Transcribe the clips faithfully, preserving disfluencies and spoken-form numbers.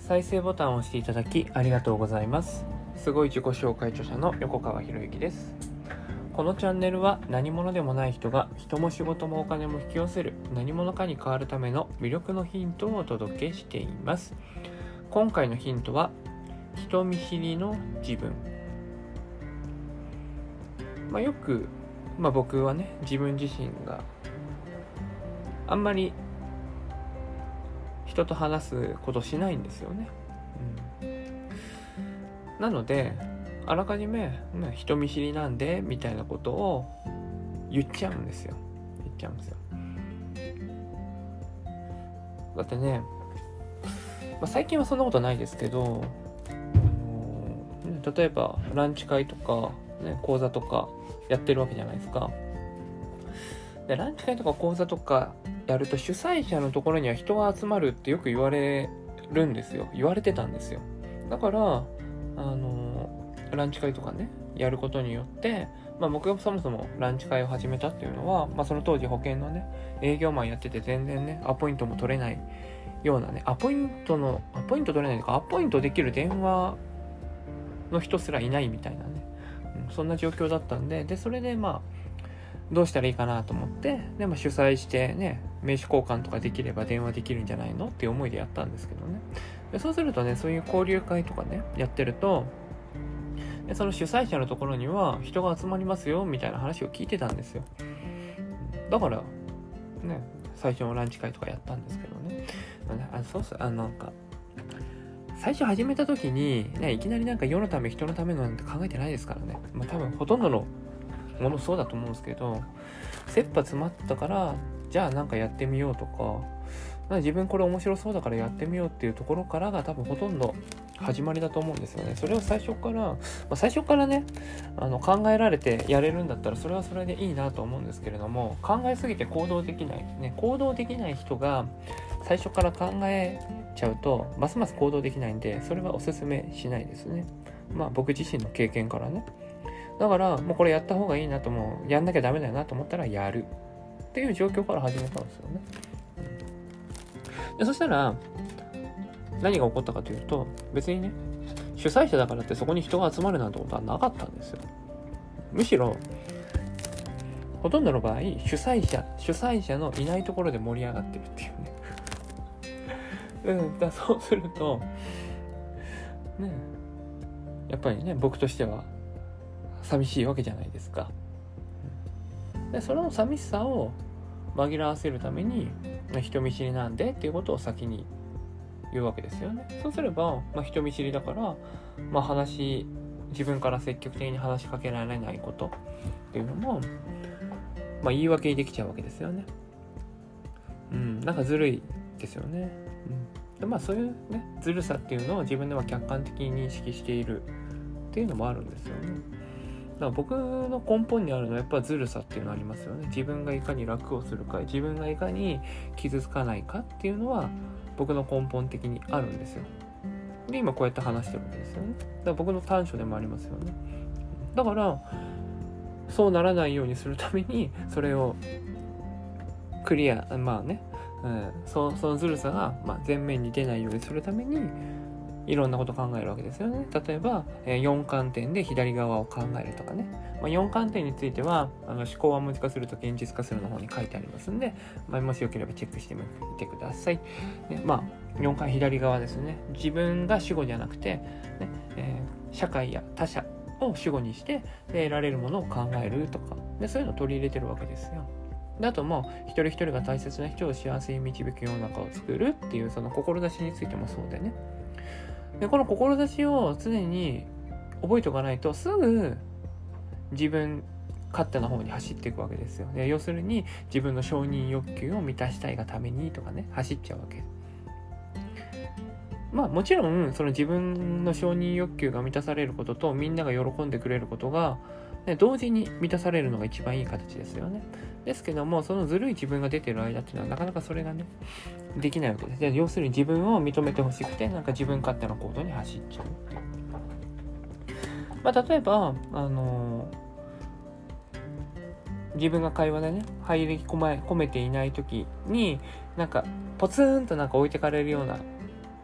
再生ボタンを押していただきありがとうございます。すごい自己紹介著者の横川博之です。このチャンネルは何者でもない人が人も仕事もお金も引き寄せる何者かに変わるための魅力のヒントをお届けしています。今回のヒントは人見知りの自分。まあ、よく、まあ、僕はね自分自身があんまり人と話すことしないんですよね、うん、なのであらかじめ、ね、人見知りなんでみたいなことを言っちゃうんですよ言っちゃうんですよだってね、まあ、最近はそんなことないですけど、あの例えばランチ会とか、ね、講座とかやってるわけじゃないですか。でランチ会とか講座とかやると主催者のところには人が集まるってよく言われるんですよ。言われてたんですよ。だからあのランチ会とかねやることによって、まあ、僕がそもそもランチ会を始めたっていうのは、まあ、その当時保険のね営業マンやってて全然ねアポイントも取れないようなねアポイントのアポイント取れないとかアポイントできる電話の人すらいないみたいなね、うん、そんな状況だったんで、でそれでまあどうしたらいいかなと思って、でも主催してね名刺交換とかできれば電話できるんじゃないのっていう思いでやったんですけどね。でそうするとねそういう交流会とかねやってると、でその主催者のところには人が集まりますよみたいな話を聞いてたんですよ。だからね最初のランチ会とかやったんですけどね。あそうそうあなんか最初始めた時に、ね、いきなりなんか世のため人のためのなんて考えてないですからね。まあ多分ほとんどのものそうだと思うんですけど、切羽詰まったからじゃあなんかやってみようとか、自分これ面白そうだからやってみようっていうところからが多分ほとんど始まりだと思うんですよね。それを最初から、まあ、最初からねあの考えられてやれるんだったらそれはそれでいいなと思うんですけれども、考えすぎて行動できない、ね、行動できない人が最初から考えちゃうとますます行動できないんで、それはおすすめしないですね。まあ僕自身の経験からね。だからもうこれやった方がいいなと思う、やんなきゃダメだよなと思ったらやるっていう状況から始めたんですよね。でそしたら何が起こったかというと、別にね主催者だからってそこに人が集まるなんてことはなかったんですよ。むしろほとんどの場合主催者主催者のいないところで盛り上がってるっていうねうん、だそうするとねやっぱりね僕としては寂しいわけじゃないですか。でその寂しさを紛らわせるために人見知りなんでっていうことを先に言うわけですよね。そうすれば、まあ、人見知りだから、まあ、話自分から積極的に話しかけられないことっていうのも、まあ、言い訳にできちゃうわけですよね。うんなんかずるいですよね。うんでまあそういうねずるさっていうのを自分では客観的に認識しているっていうのもあるんですよね。だから僕の根本にあるのはやっぱずるさっていうのありますよね。自分がいかに楽をするか、自分がいかに傷つかないかっていうのは僕の根本的にあるんですよ。で今こうやって話してるわけですよね。だから僕の短所でもありますよね。だからそうならないようにするためにそれをクリアまあね、うん、そ, そのずるさが、まあ、前面に出ないようにするためにいろんなこと考えるわけですよね。例えば、えー、よん観点で左側を考えるとかね。まあ、よん観点についてはあの思考は文字化すると現実化するの方に書いてありますんで、まあ、もしよければチェックしてみてください。ね、まあよんかい左側ですね。自分が主語じゃなくて、ねえー、社会や他者を主語にしてで得られるものを考えるとかで、そういうのを取り入れてるわけですよ。であともう一人一人が大切な人を幸せに導く世の中を作るっていうその志についてもそうでね。でこの志を常に覚えておかないとすぐ自分勝手な方に走っていくわけですよ。で要するに自分の承認欲求を満たしたいがためにとかね走っちゃうわけ。まあもちろんその自分の承認欲求が満たされることとみんなが喜んでくれることが、ね、同時に満たされるのが一番いい形ですよね。ですけどもそのずるい自分が出てる間っていうのはなかなかそれがねできないわけです。で要するに自分を認めてほしくてなんか自分勝手な行動に走っちゃうっていう。まあ例えばあのー、自分が会話でね入り込め、込めていない時になんかポツンとなんか置いてかれるような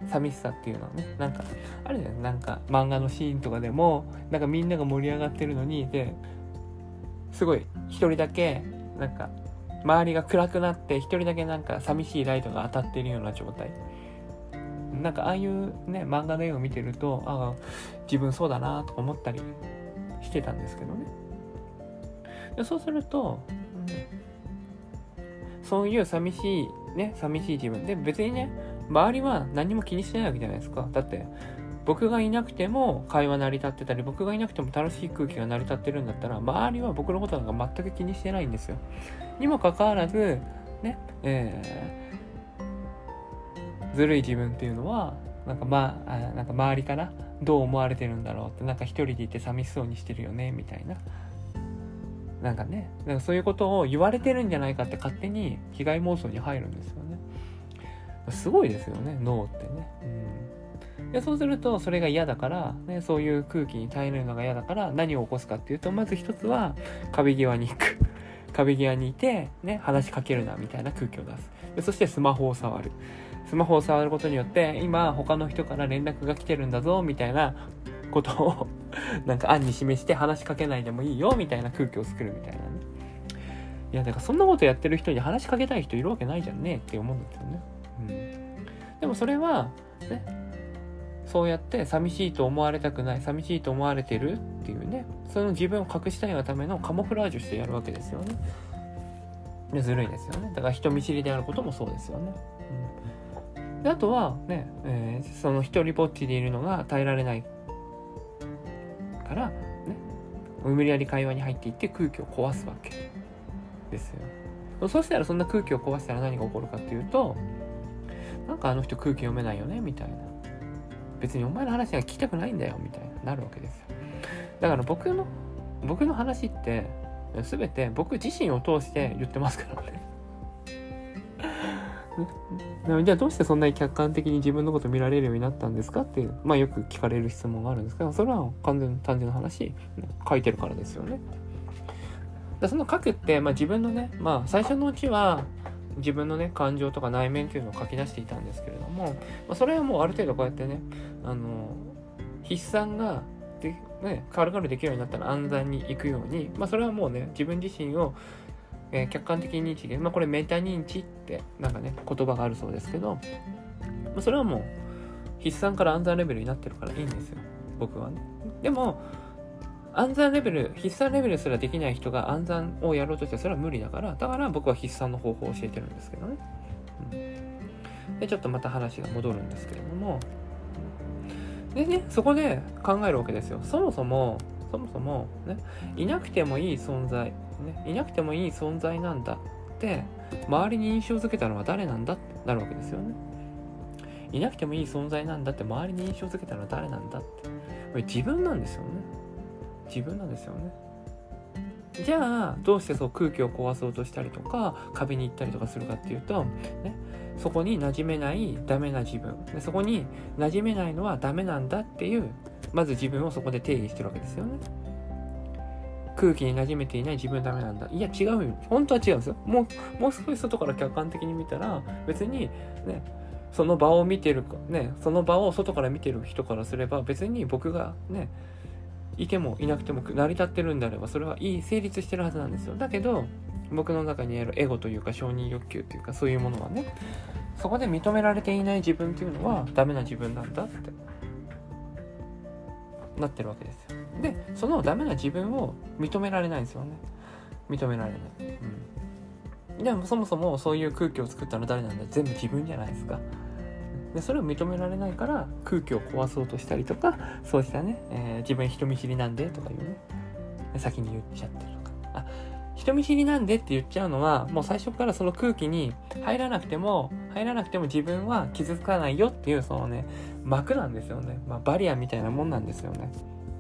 寂しさっていうのはね、なんかあるじゃん。なんか漫画のシーンとかでもなんかみんなが盛り上がってるのに、ですごい一人だけなんか周りが暗くなって一人だけなんか寂しいライトが当たってるような状態、なんかああいうね漫画の絵を見てると、ああ自分そうだなと思ったりしてたんですけどね。でそうすると、うん、そういう寂しいね寂しい自分で、別にね周りは何も気にしてないわけじゃないですか。だって僕がいなくても会話成り立ってたり、僕がいなくても楽しい空気が成り立ってるんだったら、周りは僕のことなんか全く気にしてないんですよ。にもかかわらずね、えー、ずるい自分っていうのはなんか、まあ、なんか周りからどう思われてるんだろうって、なんか一人でいて寂しそうにしてるよねみたいな、なんかね、なんかそういうことを言われてるんじゃないかって勝手に被害妄想に入るんですよね。すごいですよね、脳ってね。うん、でそうするとそれが嫌だから、ね、そういう空気に耐えるのが嫌だから何を起こすかっていうと、まず一つは壁際に行く。壁際にいて、ね、話しかけるなみたいな空気を出す。でそしてスマホを触る。スマホを触ることによって、今他の人から連絡が来てるんだぞみたいなことをなんか暗に示して、話しかけないでもいいよみたいな空気を作るみたいなね。いやだからそんなことやってる人に話しかけたい人いるわけないじゃんねって思うんですよね。うん、でもそれはね、そうやって寂しいと思われたくない、寂しいと思われてるっていうね、その自分を隠したいがためのカモフラージュしてやるわけですよね。でずるいですよね。だから人見知りであることもそうですよね。うん、であとはね、えー、その一人ぼっちでいるのが耐えられないからね、無理やり会話に入っていって空気を壊すわけですよ。そうしたらそんな空気を壊したら何が起こるかっていうと、なんかあの人空気読めないよねみたいな、別にお前の話が聞きたくないんだよみたいななるわけですよ。だから僕の僕の話って全て僕自身を通して言ってますからね。じゃあどうしてそんなに客観的に自分のこと見られるようになったんですかっていう、まあよく聞かれる質問があるんですけど、それは完全単純な話、書いてるからですよね。だその書くって、まあ、自分のね、まあ最初のうちは自分のね感情とか内面っていうのを書き出していたんですけれども、まあ、それはもうある程度こうやってね、あの筆算がで、ね、軽々できるようになったら暗算に行くように、まあ、それはもうね自分自身を、えー、客観的に認知で、まあ、これメタ認知ってなんかね言葉があるそうですけど、まあ、それはもう筆算から暗算レベルになってるからいいんですよ、僕はね。でも暗算レベル、筆算レベルすらできない人が暗算をやろうとしてそれは無理だから、だから僕は筆算の方法を教えてるんですけどね。うん、でちょっとまた話が戻るんですけれども、でね、そこで考えるわけですよ。そもそも、そもそもね、いなくてもいい存在、ね、いなくてもいい存在なんだって周りに印象づけたのは誰なんだってなるわけですよね。いなくてもいい存在なんだって周りに印象づけたのは誰なんだって、これ自分なんですよね。自分なんですよね。じゃあどうしてそう空気を壊そうとしたりとか壁に行ったりとかするかっていうと、ね、そこに馴染めないダメな自分で、そこに馴染めないのはダメなんだっていう、まず自分をそこで定義してるわけですよね。空気に馴染めていない自分ダメなんだ。いや違うよ、本当は違うんですよ。もうもう少し外から客観的に見たら別にね、その場を見てるかね、その場を外から見てる人からすれば別に僕がねいてもいなくても成り立ってるんであればそれはいい成立してるはずなんですよ。だけど僕の中にあるエゴというか承認欲求というかそういうものはね、そこで認められていない自分っていうのはダメな自分なんだってなってるわけですよ。でそのダメな自分を認められないんですよね。認められない、うん、でもそもそもそういう空気を作ったの誰なんだ、全部自分じゃないですか。でそれを認められないから空気を壊そうとしたりとか、そうしたね、えー、自分人見知りなんでとかいうね、先に言っちゃってるとか、あ人見知りなんでって言っちゃうのはもう最初からその空気に入らなくても入らなくても自分は傷つかないよっていうそのね膜なんですよね。まあバリアみたいなもんなんですよね。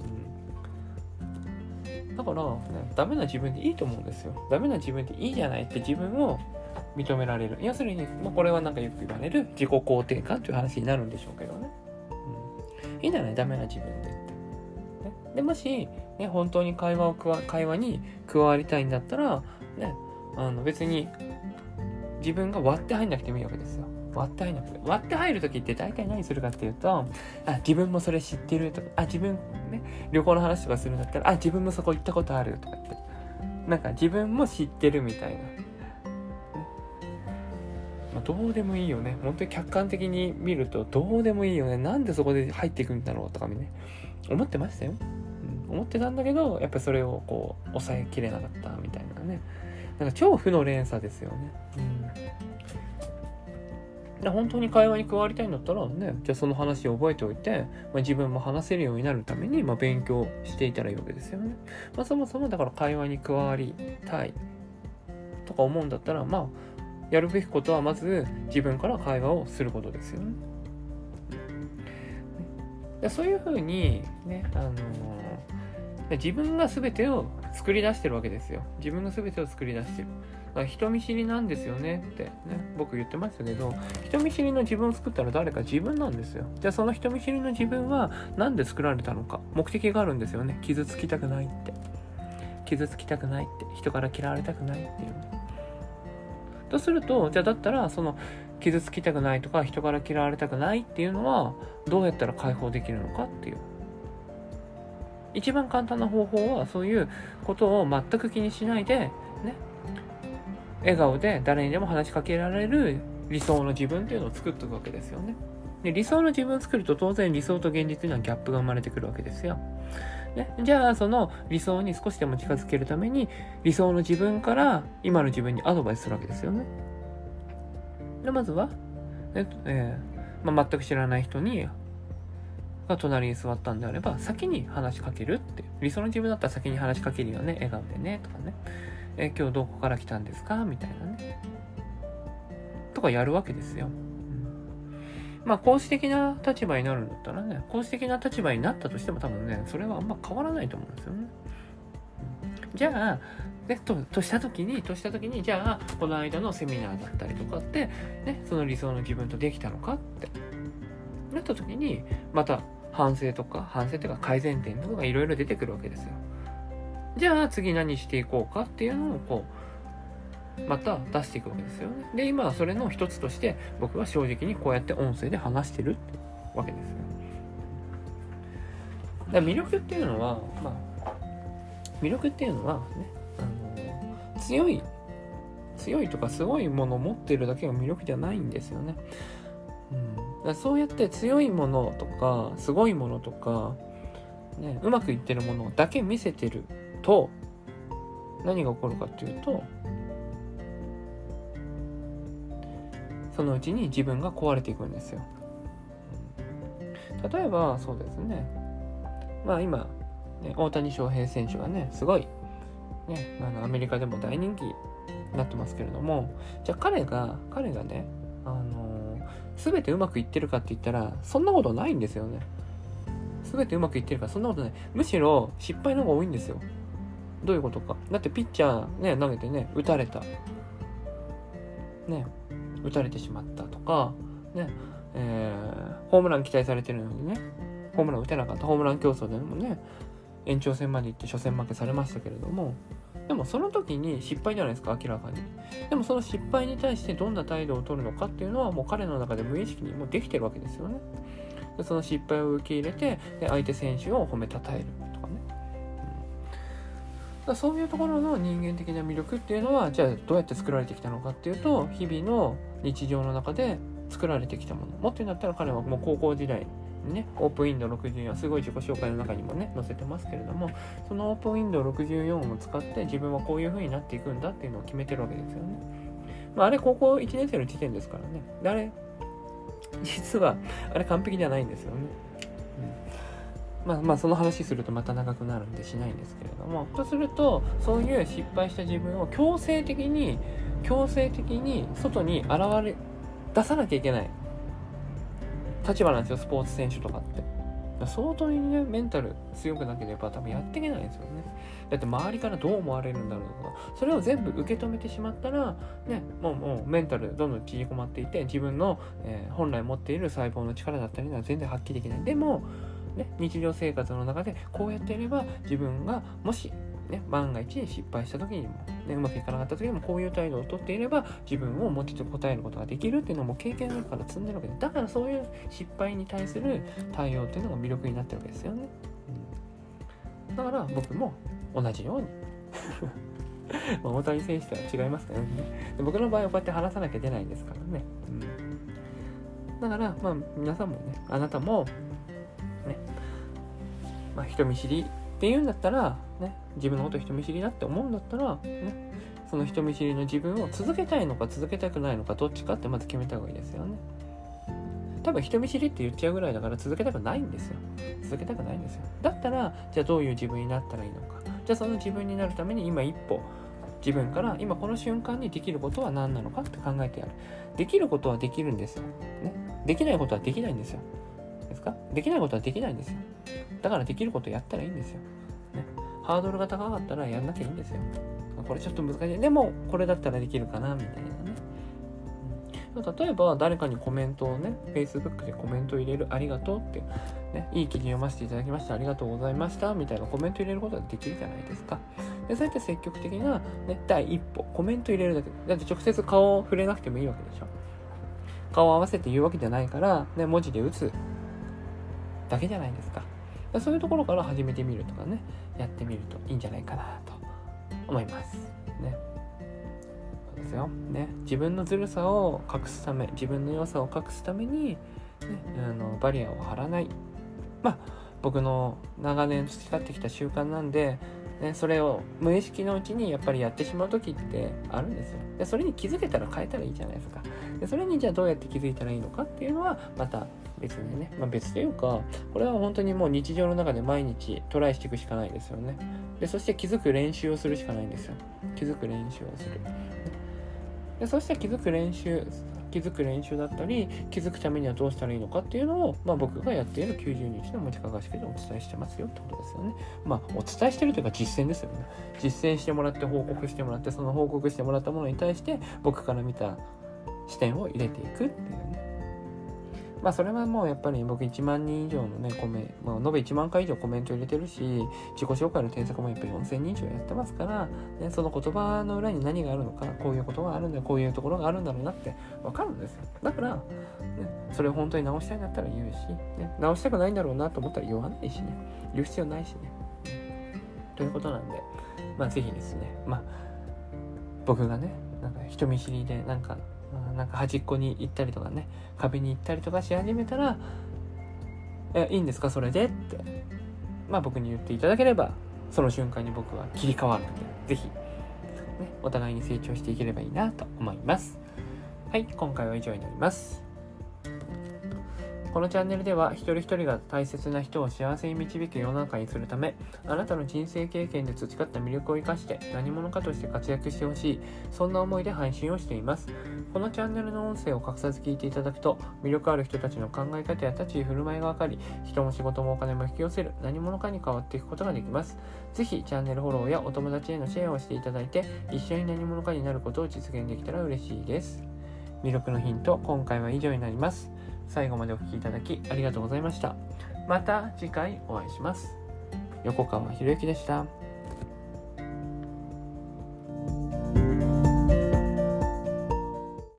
うん、だからねダメな自分でいいと思うんですよ。ダメな自分でいいじゃないって自分を認められる。要するに、まあ、これはなんかよく言われる自己肯定感という話になるんでしょうけどね。うん、いいんじゃないダメな自分でって。ね、でもし、ね、本当に会話を会話に加わりたいんだったら、ね、あの別に自分が割って入んなくてもいいわけですよ。 割って入る割って入る時って大体何するかっていうと、あ、自分もそれ知ってるとか、あ、自分ね、旅行の話とかするんだったら、あ、自分もそこ行ったことあるとかって、なんか自分も知ってるみたいな、まあ、どうでもいいよね。本当に客観的に見るとどうでもいいよね。なんでそこで入っていくんだろうとかね、思ってましたよ、うん、思ってたんだけど、やっぱりそれをこう抑えきれなかったみたいなね、なんか超負の連鎖ですよね。うん、で本当に会話に加わりたいんだったらね、じゃあその話を覚えておいて、まあ、自分も話せるようになるために、まあ、勉強していたらいいわけですよね。まあ、そもそもだから会話に加わりたいとか思うんだったら、まあやるべきことはまず自分から会話をすることですよね。でそういうふうにね、あのー、自分が全てを作り出してるわけですよ。自分が全てを作り出してる。だから人見知りなんですよねってね、僕言ってましたけど、人見知りの自分を作ったら誰か自分なんですよ。じゃあその人見知りの自分はなんで作られたのか、目的があるんですよね。傷つきたくないって、傷つきたくないって、人から嫌われたくないっていう。とすると、じゃあだったらその傷つきたくないとか人から嫌われたくないっていうのはどうやったら解放できるのかっていう、一番簡単な方法はそういうことを全く気にしないでね、笑顔で誰にでも話しかけられる理想の自分っていうのを作っていくわけですよね。で理想の自分を作ると当然理想と現実にはギャップが生まれてくるわけですよ。ね、じゃあその理想に少しでも近づけるために理想の自分から今の自分にアドバイスするわけですよね。でまずは、ええーまあ、全く知らない人にが隣に座ったんであれば先に話しかけるっていう、理想の自分だったら先に話しかけるよね、笑顔でねとかね、えー、今日どこから来たんですかみたいなねとかやるわけですよ。まあ、公私的な立場になるんだったらね、公私的な立場になったとしても多分ね、それはあんま変わらないと思うんですよね。じゃあ、ね、と、とした時に、とした時に、じゃあ、この間のセミナーだったりとかって、ね、その理想の自分とできたのかって、なった時に、また反省とか、反省というか改善点とかがいろいろ出てくるわけですよ。じゃあ、次何していこうかっていうのを、こう、また出していくわけですよね。で、今はそれの一つとして僕は正直にこうやって音声で話してるってわけですよ。だから魅力っていうのは、まあ、魅力っていうのはね、あの強い強いとかすごいものを持っているだけが魅力じゃないんですよね。うん、だからそうやって強いものとかすごいものとか、ね、うまくいってるものだけ見せてると何が起こるかっていうと、そのうちに自分が壊れていくんですよ。例えばそうですね、まあ今、ね、大谷翔平選手がねすごい、ね、あのアメリカでも大人気になってますけれども、じゃあ彼が彼がね、あのー、全てうまくいってるかって言ったらそんなことないんですよね。全てうまくいってるかそんなことない。むしろ失敗の方が多いんですよ。どういうことか。だってピッチャーね投げてね打たれたね打たれてしまったとかね、えー、ホームラン期待されてるのにねホームラン打てなかった。ホームラン競争でもね延長戦まで行って初戦負けされましたけれども、でもその時に失敗じゃないですか、明らかに。でもその失敗に対してどんな態度を取るのかっていうのはもう彼の中で無意識にもうできてるわけですよね。でその失敗を受け入れてで相手選手を褒めたたえるとかね、だそういうところの人間的な魅力っていうのはじゃあどうやって作られてきたのかっていうと、日々の日常の中で作られてきたもの。もっと言うんだったら彼はもう高校時代にねオープンウィンドウろくじゅうよんすごい自己紹介の中にもね載せてますけれども、そのオープンウィンドウろくじゅうよんを使って自分はこういう風になっていくんだっていうのを決めてるわけですよね。まあ、あれ高校いちねん生の時点ですからね。であれ実はあれ完璧ではないんですよね。まあまあその話するとまた長くなるんでしないんですけれども、とするとそういう失敗した自分を強制的に強制的に外に現れ出さなきゃいけない立場なんですよ、スポーツ選手とかって。相当にねメンタル強くなければ多分やっていけないんですよね。だって周りからどう思われるんだろうとか、それを全部受け止めてしまったらね、もうもうメンタルどんどん縮こまっていて、自分の、えー、本来持っている細胞の力だったりは全然発揮できない。でもね、日常生活の中でこうやっていれば自分がもしね、万が一失敗した時にも、ね、うまくいかなかった時にもこういう態度をとっていれば自分をもうちょっと答えることができるっていうのも経験の中から積んでるわけで、だからそういう失敗に対する対応っていうのが魅力になってるわけですよね、うん、だから僕も同じようにまあ大谷選手とは違いますけどね、で僕の場合はこうやって話さなきゃ出ないんですからね、うん、だからまあ皆さんもね、あなたもね、まあ、人見知りっていうんだったら、ね、自分のこと人見知りだって思うんだったら、ね、その人見知りの自分を続けたいのか続けたくないのかどっちかってまず決めた方がいいですよね。多分人見知りって言っちゃうぐらいだから続けたくないんですよ。続けたくないんですよ。だったらじゃあどういう自分になったらいいのか。じゃあその自分になるために今一歩自分から今この瞬間にできることは何なのかって考えてやる。できることはできるんですよ。ね、できないことはできないんですよ。ですか？できないことはできないんですよ。だからできることやったらいいんですよ、ね、ハードルが高かったらやんなきゃいいんですよ。これちょっと難しい。でもこれだったらできるかなみたいなね、うん、例えば誰かにコメントをね Facebook でコメントを入れるありがとうって、ね、いい記事読ませていただきましたありがとうございましたみたいなコメント入れることができるじゃないですか。でそうやって積極的な、ね、第一歩コメント入れるだけだって直接顔を触れなくてもいいわけでしょ。顔を合わせて言うわけじゃないから、ね、文字で打つだけじゃないですか。そういうところから始めてみるとかね、やってみるといいんじゃないかなと思いますね。そうですよね。自分のずるさを隠すため、自分の良さを隠すために、ね、あのバリアを張らない。まあ僕の長年培ってきた習慣なんで、ね、それを無意識のうちにやっぱりやってしまう時ってあるんですよ。でそれに気づけたら変えたらいいじゃないですか。でそれにじゃあどうやって気づいたらいいのかっていうのはまた別にね、まあ、別というかこれは本当にもう日常の中で毎日トライしていくしかないですよね。でそして気づく練習をするしかないんですよ。気づく練習をする。でそして気づく練習気づく練習だったり気づくためにはどうしたらいいのかっていうのを、まあ、僕がやっているきゅうじゅうにちの持ちかがしでお伝えしてますよってことですよね。まあお伝えしてるというか実践ですよね。実践してもらって報告してもらってその報告してもらったものに対して僕から見た視点を入れていくっていうね。まあそれはもうやっぱり僕いちまんにん以上のねコメ、まあ、延べいちまんかい以上コメント入れてるし自己紹介の添削もやっぱりよんせんにん以上やってますから、ね、その言葉の裏に何があるのかこういうことがあるんだこういうところがあるんだろうなって分かるんですよ。だから、ね、それを本当に直したいんだったら言うし、ね、直したくないんだろうなと思ったら言わないしね言う必要ないしね、うん、ということなんでまあぜひですねまあ僕がねなんか人見知りでなんかなんか端っこに行ったりとかね壁に行ったりとかし始めたらえいいんですかそれでってまあ僕に言っていただければその瞬間に僕は切り替わるのでぜひ、ね、お互いに成長していければいいなと思います。はい、今回は以上になります。このチャンネルでは一人一人が大切な人を幸せに導く世の中にするためあなたの人生経験で培った魅力を生かして何者かとして活躍してほしいそんな思いで配信をしています。このチャンネルの音声を隠さず聞いていただくと魅力ある人たちの考え方や立ち居振る舞いが分かり人も仕事もお金も引き寄せる何者かに変わっていくことができます。ぜひチャンネルフォローやお友達へのシェアをしていただいて一緒に何者かになることを実現できたら嬉しいです。魅力のヒント今回は以上になります。最後までお聞きいただきありがとうございました。また次回お会いします。横川博之でした。